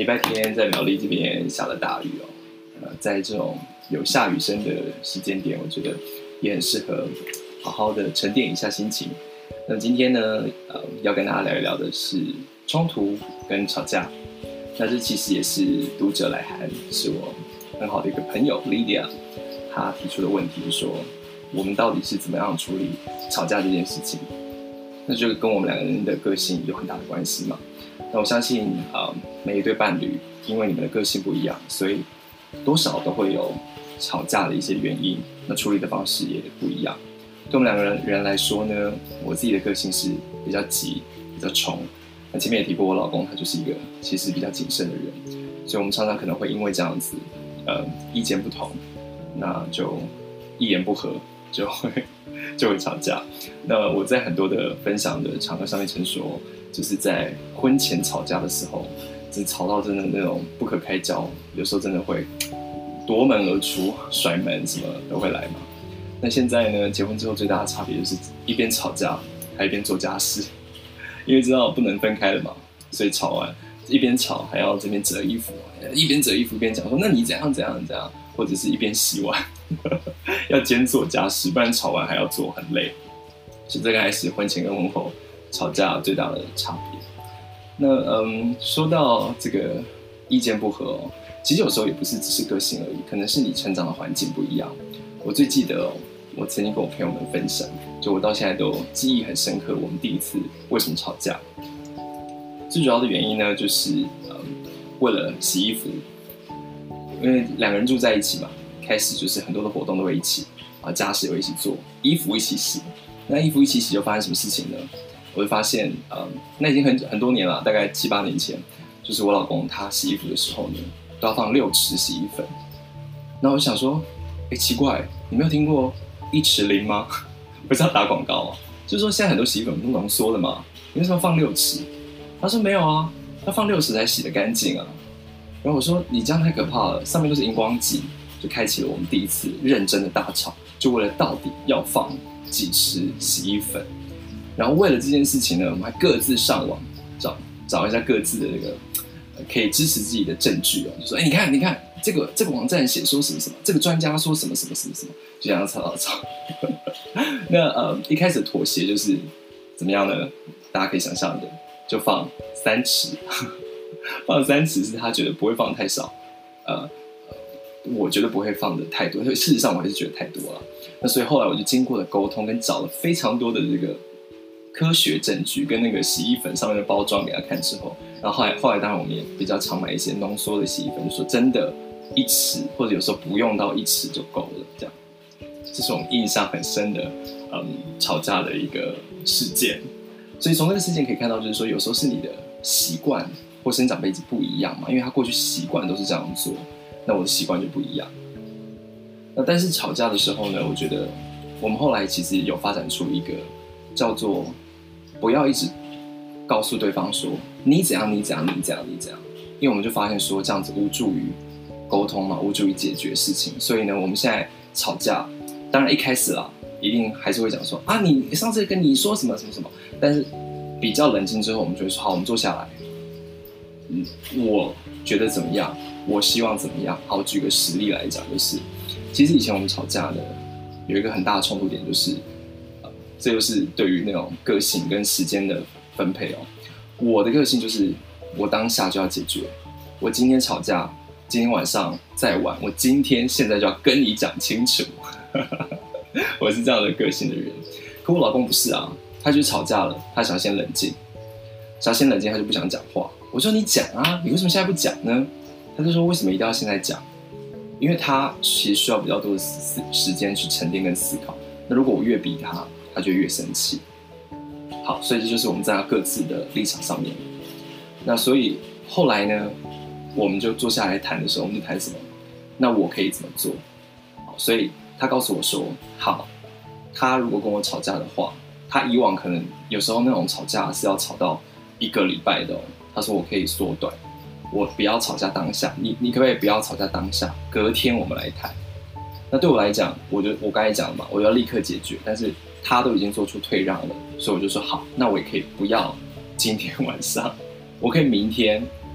拜天在苗栗这边下了大雨在这种有下雨声的时间点，我觉得也很适合好好的沉淀一下心情。那今天呢，要跟大家聊一聊的是冲突跟吵架。那这其实也是读者来函，是我很好的一个朋友 Lydia， 她提出的问题说，我们到底是怎么样处理吵架这件事情？那就跟我们两个人的个性有很大的关系嘛。那我相信每一对伴侣，因为你们的个性不一样，所以多少都会有吵架的一些原因，那处理的方式也不一样。对我们两个人来说呢，我自己的个性是比较急、比较冲。那前面也提过，我老公他就是一个其实比较谨慎的人，所以我们常常可能会因为这样子，意见不同，那就一言不合就会吵架。那我在很多的分享的场合上面曾说，就是在婚前吵架的时候，就是吵到真的那种不可开交，有时候真的会夺门而出、甩门什么都会来嘛。那现在呢，结婚之后最大的差别就是一边吵架还一边做家事，因为知道不能分开了嘛，所以吵完一边吵还要这边折衣服，一边折衣服一边讲说那你怎样怎样怎样，或者是一边洗碗，要兼做家事，不然吵完还要做，很累。所以这个还是婚前跟婚后吵架最大的差别。那说到这个意见不合其实有时候也不是只是个性而已，可能是你成长的环境不一样。我最记得我曾经跟我朋友们分享，就我到现在都记忆很深刻，我们第一次为什么吵架。最主要的原因呢，就是为了洗衣服，因为两个人住在一起嘛，开始就是很多的活动都会一起家事也会一起做，衣服一起洗。那衣服一起洗就发生什么事情呢？我就发现那已经很多年了，大概7、8年前，就是我老公他洗衣服的时候呢，都要放6匙洗衣粉。然后我就想说，奇怪，你没有听过1匙0吗？不是要打广告就是说现在很多洗衣粉都浓缩的嘛，你为什么放6匙？他说没有啊，要放6匙才洗得干净啊。然后我说你这样太可怕了，上面都是荧光剂，就开启了我们第一次认真的大吵，就为了到底要放几匙洗衣粉。然后为了这件事情呢，我们还各自上网找一下各自的那个可以支持自己的证据就说你看这个网站写说什么什么，这个专家说什么什么什么什么，就这样吵。那一开始妥协就是怎么样呢？大家可以想象的，就放3匙，放3匙是他觉得不会放太少，我觉得不会放的太多，事实上我还是觉得太多了。那所以后来我就经过了沟通，跟找了非常多的这个科学证据，跟那个洗衣粉上面的包装给他看之后，然后后来当然我们也比较常买一些浓缩的洗衣粉，就说真的1匙，或者有时候不用到1匙就够了，这样。这是我们印象很深的吵架的一个事件。所以从这个事件可以看到，就是说有时候是你的习惯或生长背景不一样嘛，因为他过去习惯都是这样做，那我的习惯就不一样。那但是吵架的时候呢，我觉得我们后来其实有发展出一个叫做不要一直告诉对方说你怎样你怎样你怎样你怎样，因为我们就发现说这样子无助于沟通嘛，无助于解决事情。所以呢，我们现在吵架，当然一开始啦，一定还是会讲说你上次跟你说什么什么什么，但是比较冷静之后，我们就会说好，我们坐下来，我觉得怎么样，我希望怎么样。好，举个实例来讲，就是其实以前我们吵架的有一个很大的冲突点，就是这就是对于那种个性跟时间的分配我的个性就是我当下就要解决，我今天吵架，今天晚上再玩，我今天现在就要跟你讲清楚。我是这样的个性的人。可我老公不是啊，他就吵架了，他想先冷静，他就不想讲话。我说你讲啊，你为什么现在不讲呢？他就说为什么一定要现在讲？因为他其实需要比较多的时间去沉淀跟思考。那如果我越逼他，他就越生气。好，所以这就是我们在各自的立场上面。那所以后来呢，我们就坐下来谈的时候，我们就谈什么？那我可以怎么做？好，所以他告诉我说，好，他如果跟我吵架的话，他以往可能有时候那种吵架是要吵到1个礼拜的他说我可以缩短，我不要吵架当下，你可不可以不要吵架当下？隔天我们来谈。那对我来讲，我刚才讲了嘛，我要立刻解决，但是他都已经做出退让了，所以我就说好，那我也可以不要今天晚上，我可以明天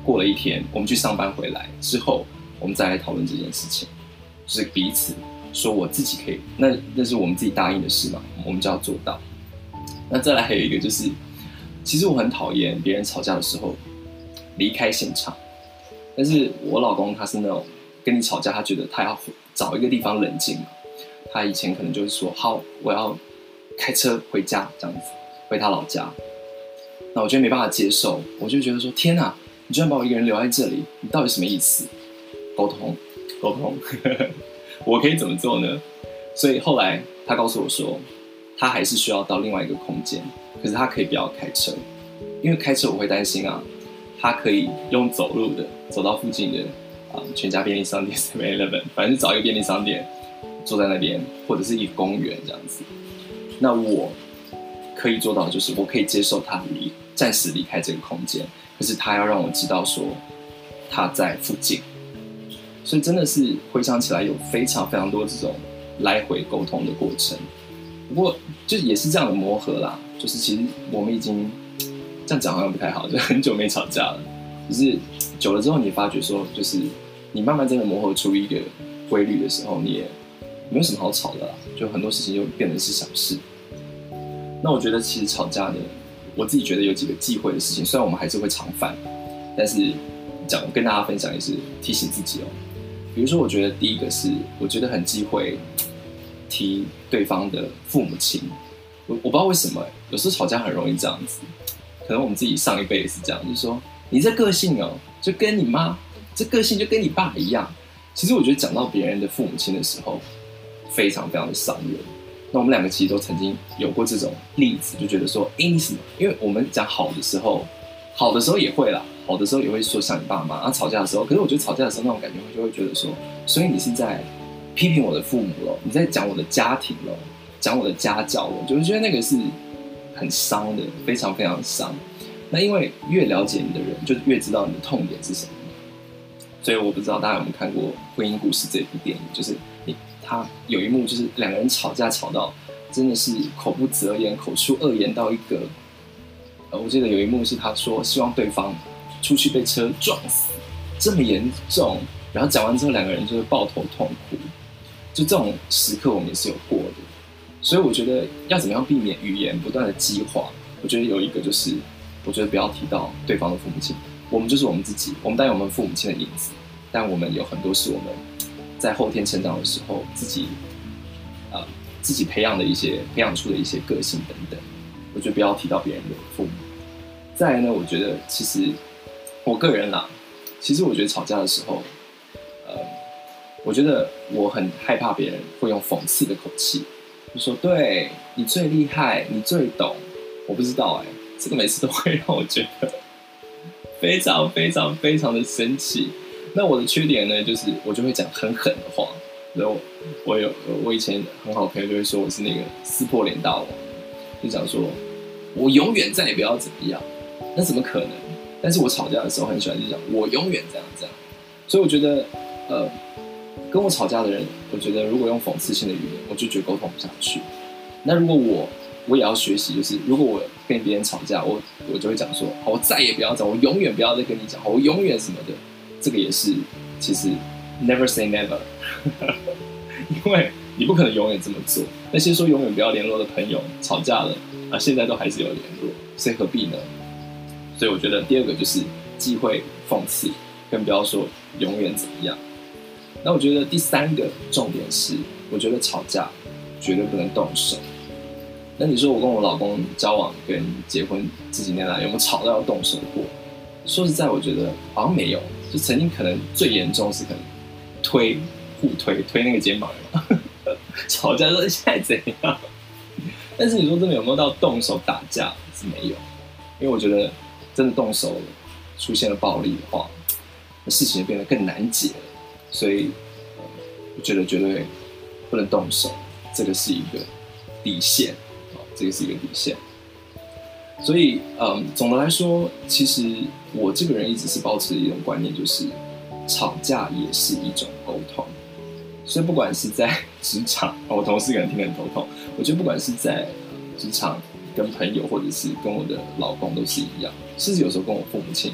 过了一天，我们去上班回来之后，我们再来讨论这件事情，就是彼此说我自己可以，那是我们自己答应的事嘛，我们就要做到。那再来还有一个就是，其实我很讨厌别人吵架的时候离开现场，但是我老公他是那种跟你吵架，他觉得他要找一个地方冷静嘛，他以前可能就是说好，我要开车回家这样子，回他老家。那我觉得没办法接受，我就觉得说天哪，你居然把我一个人留在这里，你到底什么意思？沟通，我可以怎么做呢？所以后来他告诉我说，他还是需要到另外一个空间，可是他可以不要开车，因为开车我会担心啊。他可以用走路的，走到附近的全家便利商店 7-Eleven， 反正找一个便利商店，坐在那边，或者是一个公园这样子。那我可以做到的就是，我可以接受他暂时离开这个空间，可是他要让我知道说他在附近。所以真的是回想起来，有非常非常多这种来回沟通的过程。不过就也是这样的磨合啦，就是其实我们已经这样讲好像不太好，就很久没吵架了。就是久了之后，你发觉说，就是你慢慢真的磨合出一个规律的时候，你也没有什么好吵的啦，就很多事情就变成是小事。那我觉得其实吵架呢，我自己觉得有几个忌讳的事情，虽然我们还是会常犯，但是跟大家分享也是提醒自己哦。比如说，我觉得第一个是，我觉得很忌讳提对方的父母亲。我不知道为什么，有时候吵架很容易这样子。可能我们自己上一辈也是这样，就是说你这个性哦，就跟你妈这个性就跟你爸一样。其实我觉得讲到别人的父母亲的时候，非常非常的伤人。那我们两个其实都曾经有过这种例子，就觉得说，你什么？因为我们讲好的时候也会啦，好的时候也会说像你爸妈。然后吵架的时候，可是我觉得吵架的时候那种感觉，我就会觉得说，所以你是在批评我的父母咯，你在讲我的家庭咯，讲我的家教咯，就是觉得那个是很伤的，非常非常伤。那因为越了解你的人，就越知道你的痛点是什么。所以我不知道大家有没有看过《婚姻故事》这部电影，就是他有一幕就是两个人吵架吵到真的是口不择言，口出恶言到一个，我记得有一幕是他说希望对方出去被车撞死，这么严重，然后讲完之后两个人就是抱头痛哭，就这种时刻我们也是有过的。所以我觉得要怎么样避免语言不断的激化，我觉得有一个就是，我觉得不要提到对方的父母亲，我们就是我们自己，我们带有我们父母亲的影子，但我们有很多是我们在后天成长的时候自己培养出的一些个性等等，我觉得不要提到别人的父母。再来呢，我觉得其实我个人啦，其实我觉得吵架的时候，我觉得我很害怕别人会用讽刺的口气，就说对你最厉害，你最懂。我不知道这个每次都会让我觉得非常非常非常的生气。那我的缺点呢，就是我就会讲很狠的话。然后我以前很好的朋友就会说我是那个撕破脸大王，就讲说我永远再也不要怎么样。那怎么可能？但是我吵架的时候很喜欢就讲我永远这样这样。所以我觉得跟我吵架的人，我觉得如果用讽刺性的语言，我就觉得沟通不下去。那如果我也要学习，就是如果我跟别人吵架，我就会讲说，我再也不要讲，我永远不要再跟你讲，我永远什么的。这个也是，其实 never say never， 因为你不可能永远这么做。那些说永远不要联络的朋友，吵架了现在都还是有联络，所以何必呢？所以我觉得第二个就是忌讳讽刺，更不要说永远怎么样。那我觉得第三个重点是，我觉得吵架绝对不能动手。那你说我跟我老公交往跟结婚这几年来有没有吵到要动手过？说实在，我觉得好像没有。就曾经可能最严重是可能互推那个肩膀嘛，吵架说现在怎样？但是你说真的有没有到动手打架是没有，因为我觉得真的动手出现了暴力的话，事情就变得更难解了。所以我觉得绝对不能动手，这个是一个底线，这个是一个底线。所以总的来说，其实我这个人一直是保持一种观念，就是吵架也是一种沟通。所以不管是在职场，我同事可能听得很头痛，我觉得不管是在职场跟朋友，或者是跟我的老公都是一样，甚至有时候跟我父母亲，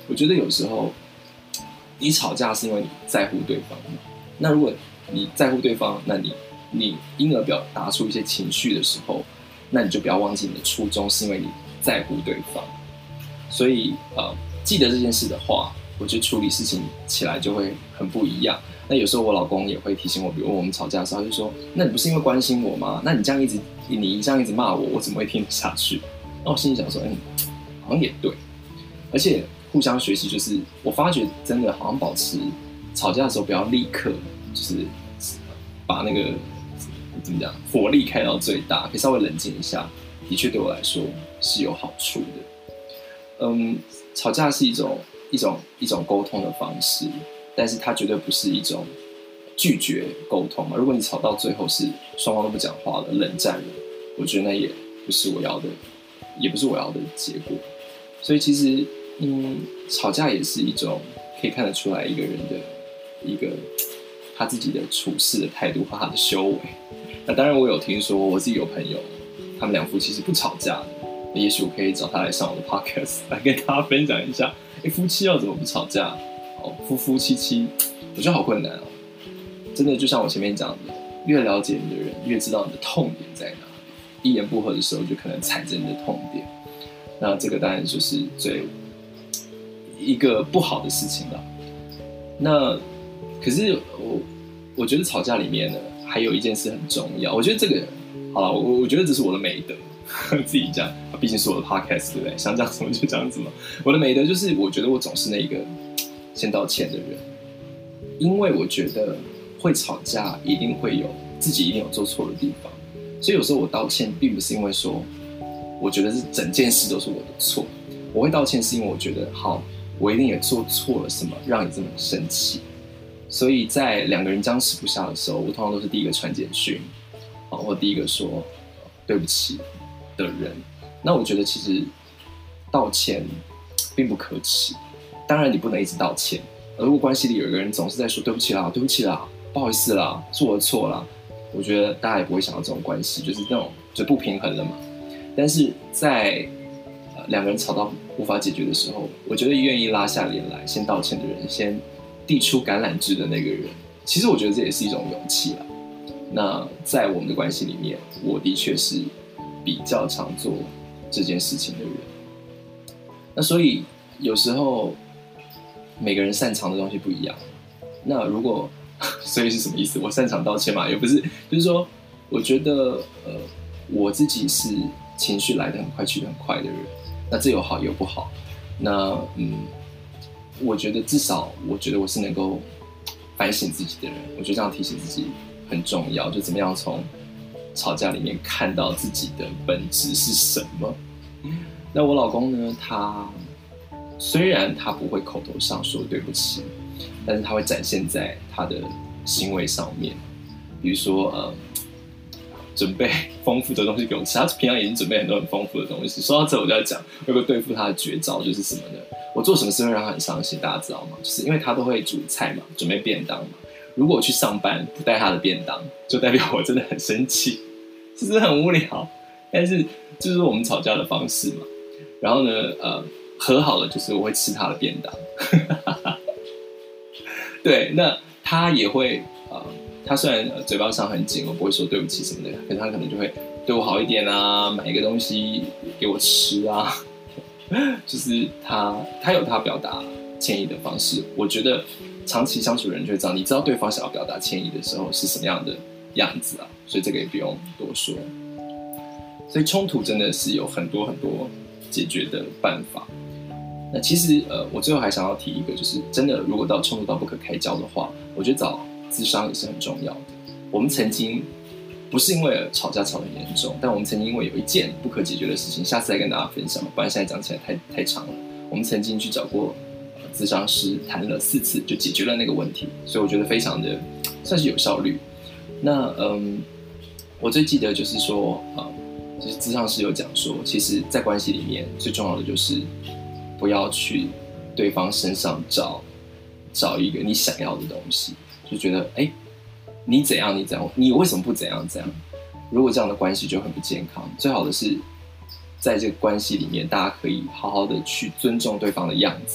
我觉得有时候你吵架是因为你在乎对方嘛，那如果你在乎对方，那你因而表达出一些情绪的时候，那你就不要忘记你的初衷是因为你在乎对方。所以记得这件事的话，我觉得处理事情起来就会很不一样。那有时候我老公也会提醒我，比如我们吵架的时候，他就说：“那你不是因为关心我吗？那你这样一直骂我，我怎么会听得下去？”那我心里想说，好像也对。而且互相学习，就是我发觉真的好像保持吵架的时候不要立刻就是把那个怎么讲火力开到最大，可以稍微冷静一下，的确对我来说是有好处的。吵架是一种沟通的方式，但是它绝对不是一种拒绝沟通嘛。如果你吵到最后是双方都不讲话了，冷战了，我觉得那也不是我要的结果。所以其实吵架也是一种可以看得出来一个人的一个他自己的处事的态度和他的修为。那当然我有听说我自己有朋友，他们两夫妻是不吵架的，也许我可以找他来上我的 podcast 来跟大家分享一下，夫妻要怎么不吵架？夫妻，我觉得好困难哦。真的就像我前面讲的，越了解你的人，越知道你的痛点在哪里。一言不合的时候，就可能踩着你的痛点。那这个当然就是一个不好的事情了。那可是我觉得吵架里面呢，还有一件事很重要。我觉得这个好了，我觉得这是我的美德，自己讲，毕竟是我的 podcast， 对不对？想讲什么就讲什么。我的美德就是，我觉得我总是那个先道歉的人，因为我觉得会吵架一定会有自己一定有做错的地方，所以有时候我道歉并不是因为说我觉得是整件事都是我的错，我会道歉是因为我觉得好，我一定也做错了什么让你这么生气。所以在两个人僵持不下的时候，我通常都是第一个传简讯，或第一个说对不起的人。那我觉得其实道歉并不可耻，当然你不能一直道歉。如果关系里有一个人总是在说对不起啦，对不起啦，不好意思啦，是我的错啦，我觉得大家也不会想到这种关系，就是那种就不平衡了嘛。但是在两个人吵到无法解决的时候，我觉得愿意拉下脸来先道歉的人，先递出橄榄枝的那个人，其实我觉得这也是一种勇气啦。那在我们的关系里面，我的确是比较常做这件事情的人。那所以有时候每个人擅长的东西不一样。那如果所以是什么意思？我擅长道歉嘛？也不是，就是说，我觉得我自己是情绪来得很快去得很快的人。那这有好有不好。那我觉得至少我觉得我是能够反省自己的人。我觉得这样提醒自己很重要，就怎么样从吵架里面看到自己的本质是什么。那我老公呢，他虽然他不会口头上说对不起，但是他会展现在他的行为上面。比如说准备丰富的东西给我吃，他平常已经准备很多很丰富的东西。说到这，我就要讲有个对付他的绝招，就是什么呢？我做什么事会让他很伤心，大家知道吗？就是因为他都会煮菜嘛，准备便当嘛。如果我去上班不带他的便当，就代表我真的很生气，是不是很无聊？但是这就是我们吵架的方式嘛。然后呢，和好了就是我会吃他的便当。对，那他也会他虽然嘴巴上很紧，我不会说对不起什么的，可是他可能就会对我好一点啊，买一个东西给我吃啊。就是他有他表达歉意的方式。我觉得长期相处的人就会知道，你知道对方想要表达歉意的时候是什么样的样子啊，所以这个也不用多说。所以冲突真的是有很多很多解决的办法。那其实我最后还想要提一个，就是真的如果到冲突到不可开交的话，我觉得找咨商也是很重要的。我们曾经不是因为吵架吵得很严重，但我们曾经因为有一件不可解决的事情，下次再跟大家分享，不然现在讲起来太长了。我们曾经去找过咨商师，谈了4次就解决了那个问题，所以我觉得非常的算是有效率。那我最记得就是说就是咨商师有讲说，其实在关系里面最重要的就是不要去对方身上找一个你想要的东西，就觉得你怎样，你为什么不怎样？如果这样的关系就很不健康。最好的是在这个关系里面，大家可以好好的去尊重对方的样子，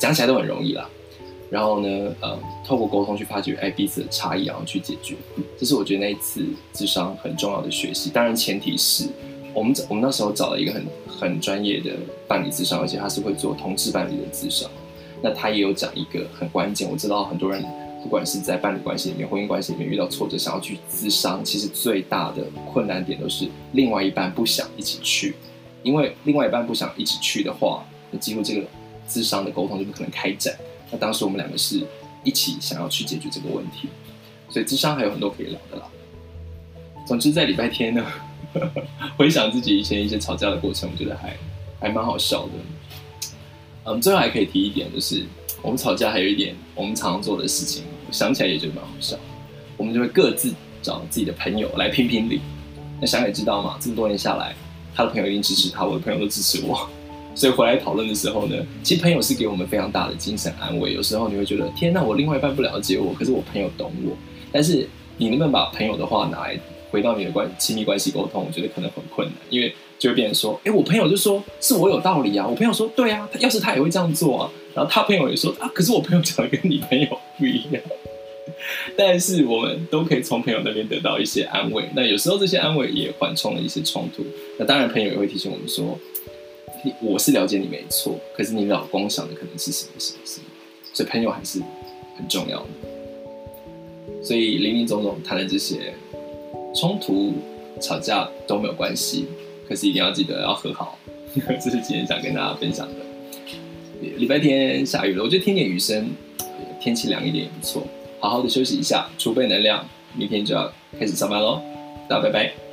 讲起来都很容易啦。然后呢，透过沟通去发掘彼此的差异，然后去解决，这是我觉得那一次諮商很重要的学习。当然前提是我们那时候找了一个很专业的伴侣諮商，而且他是会做同志伴侣的諮商。那他也有讲一个很关键，我知道很多人不管是在伴侣关系里面、婚姻关系里面遇到挫折，想要去諮商，其实最大的困难点都是另外一半不想一起去，因为另外一半不想一起去的话，那几乎这个諮商的沟通就不可能开展。那当时我们两个是一起想要去解决这个问题，所以諮商还有很多可以聊的啦。总之在礼拜天呢，回想自己以前一些吵架的过程，我觉得还蛮好笑的。最后还可以提一点，就是我们吵架还有一点我们常常做的事情，我想起来也觉得蛮好笑。我们就会各自找自己的朋友来评评理。那想也知道嘛，这么多年下来，他的朋友一定支持他，我的朋友都支持我。所以回来讨论的时候呢，其实朋友是给我们非常大的精神安慰。有时候你会觉得，天哪，我另外一半不了解我，可是我朋友懂我。但是你能不能把朋友的话拿来回到你的亲密关系沟通，我觉得可能很困难，因为就会变成说，我朋友就说是我有道理啊，我朋友说对啊，要是他也会这样做啊，然后他朋友也说啊，可是我朋友讲的跟你朋友不一样。但是我们都可以从朋友那边得到一些安慰，那有时候这些安慰也缓冲了一些冲突。那当然朋友也会提醒我们说，我是了解你没错，可是你老公想的可能是什么什么什么，所以朋友还是很重要的。所以林林总总谈了这些冲突、吵架都没有关系，可是一定要记得要和好。这是今天想跟大家分享的。礼拜天下雨了，我觉得听点雨声，天气凉一点也不错。好好的休息一下，储备能量，明天就要开始上班咯。大家拜拜。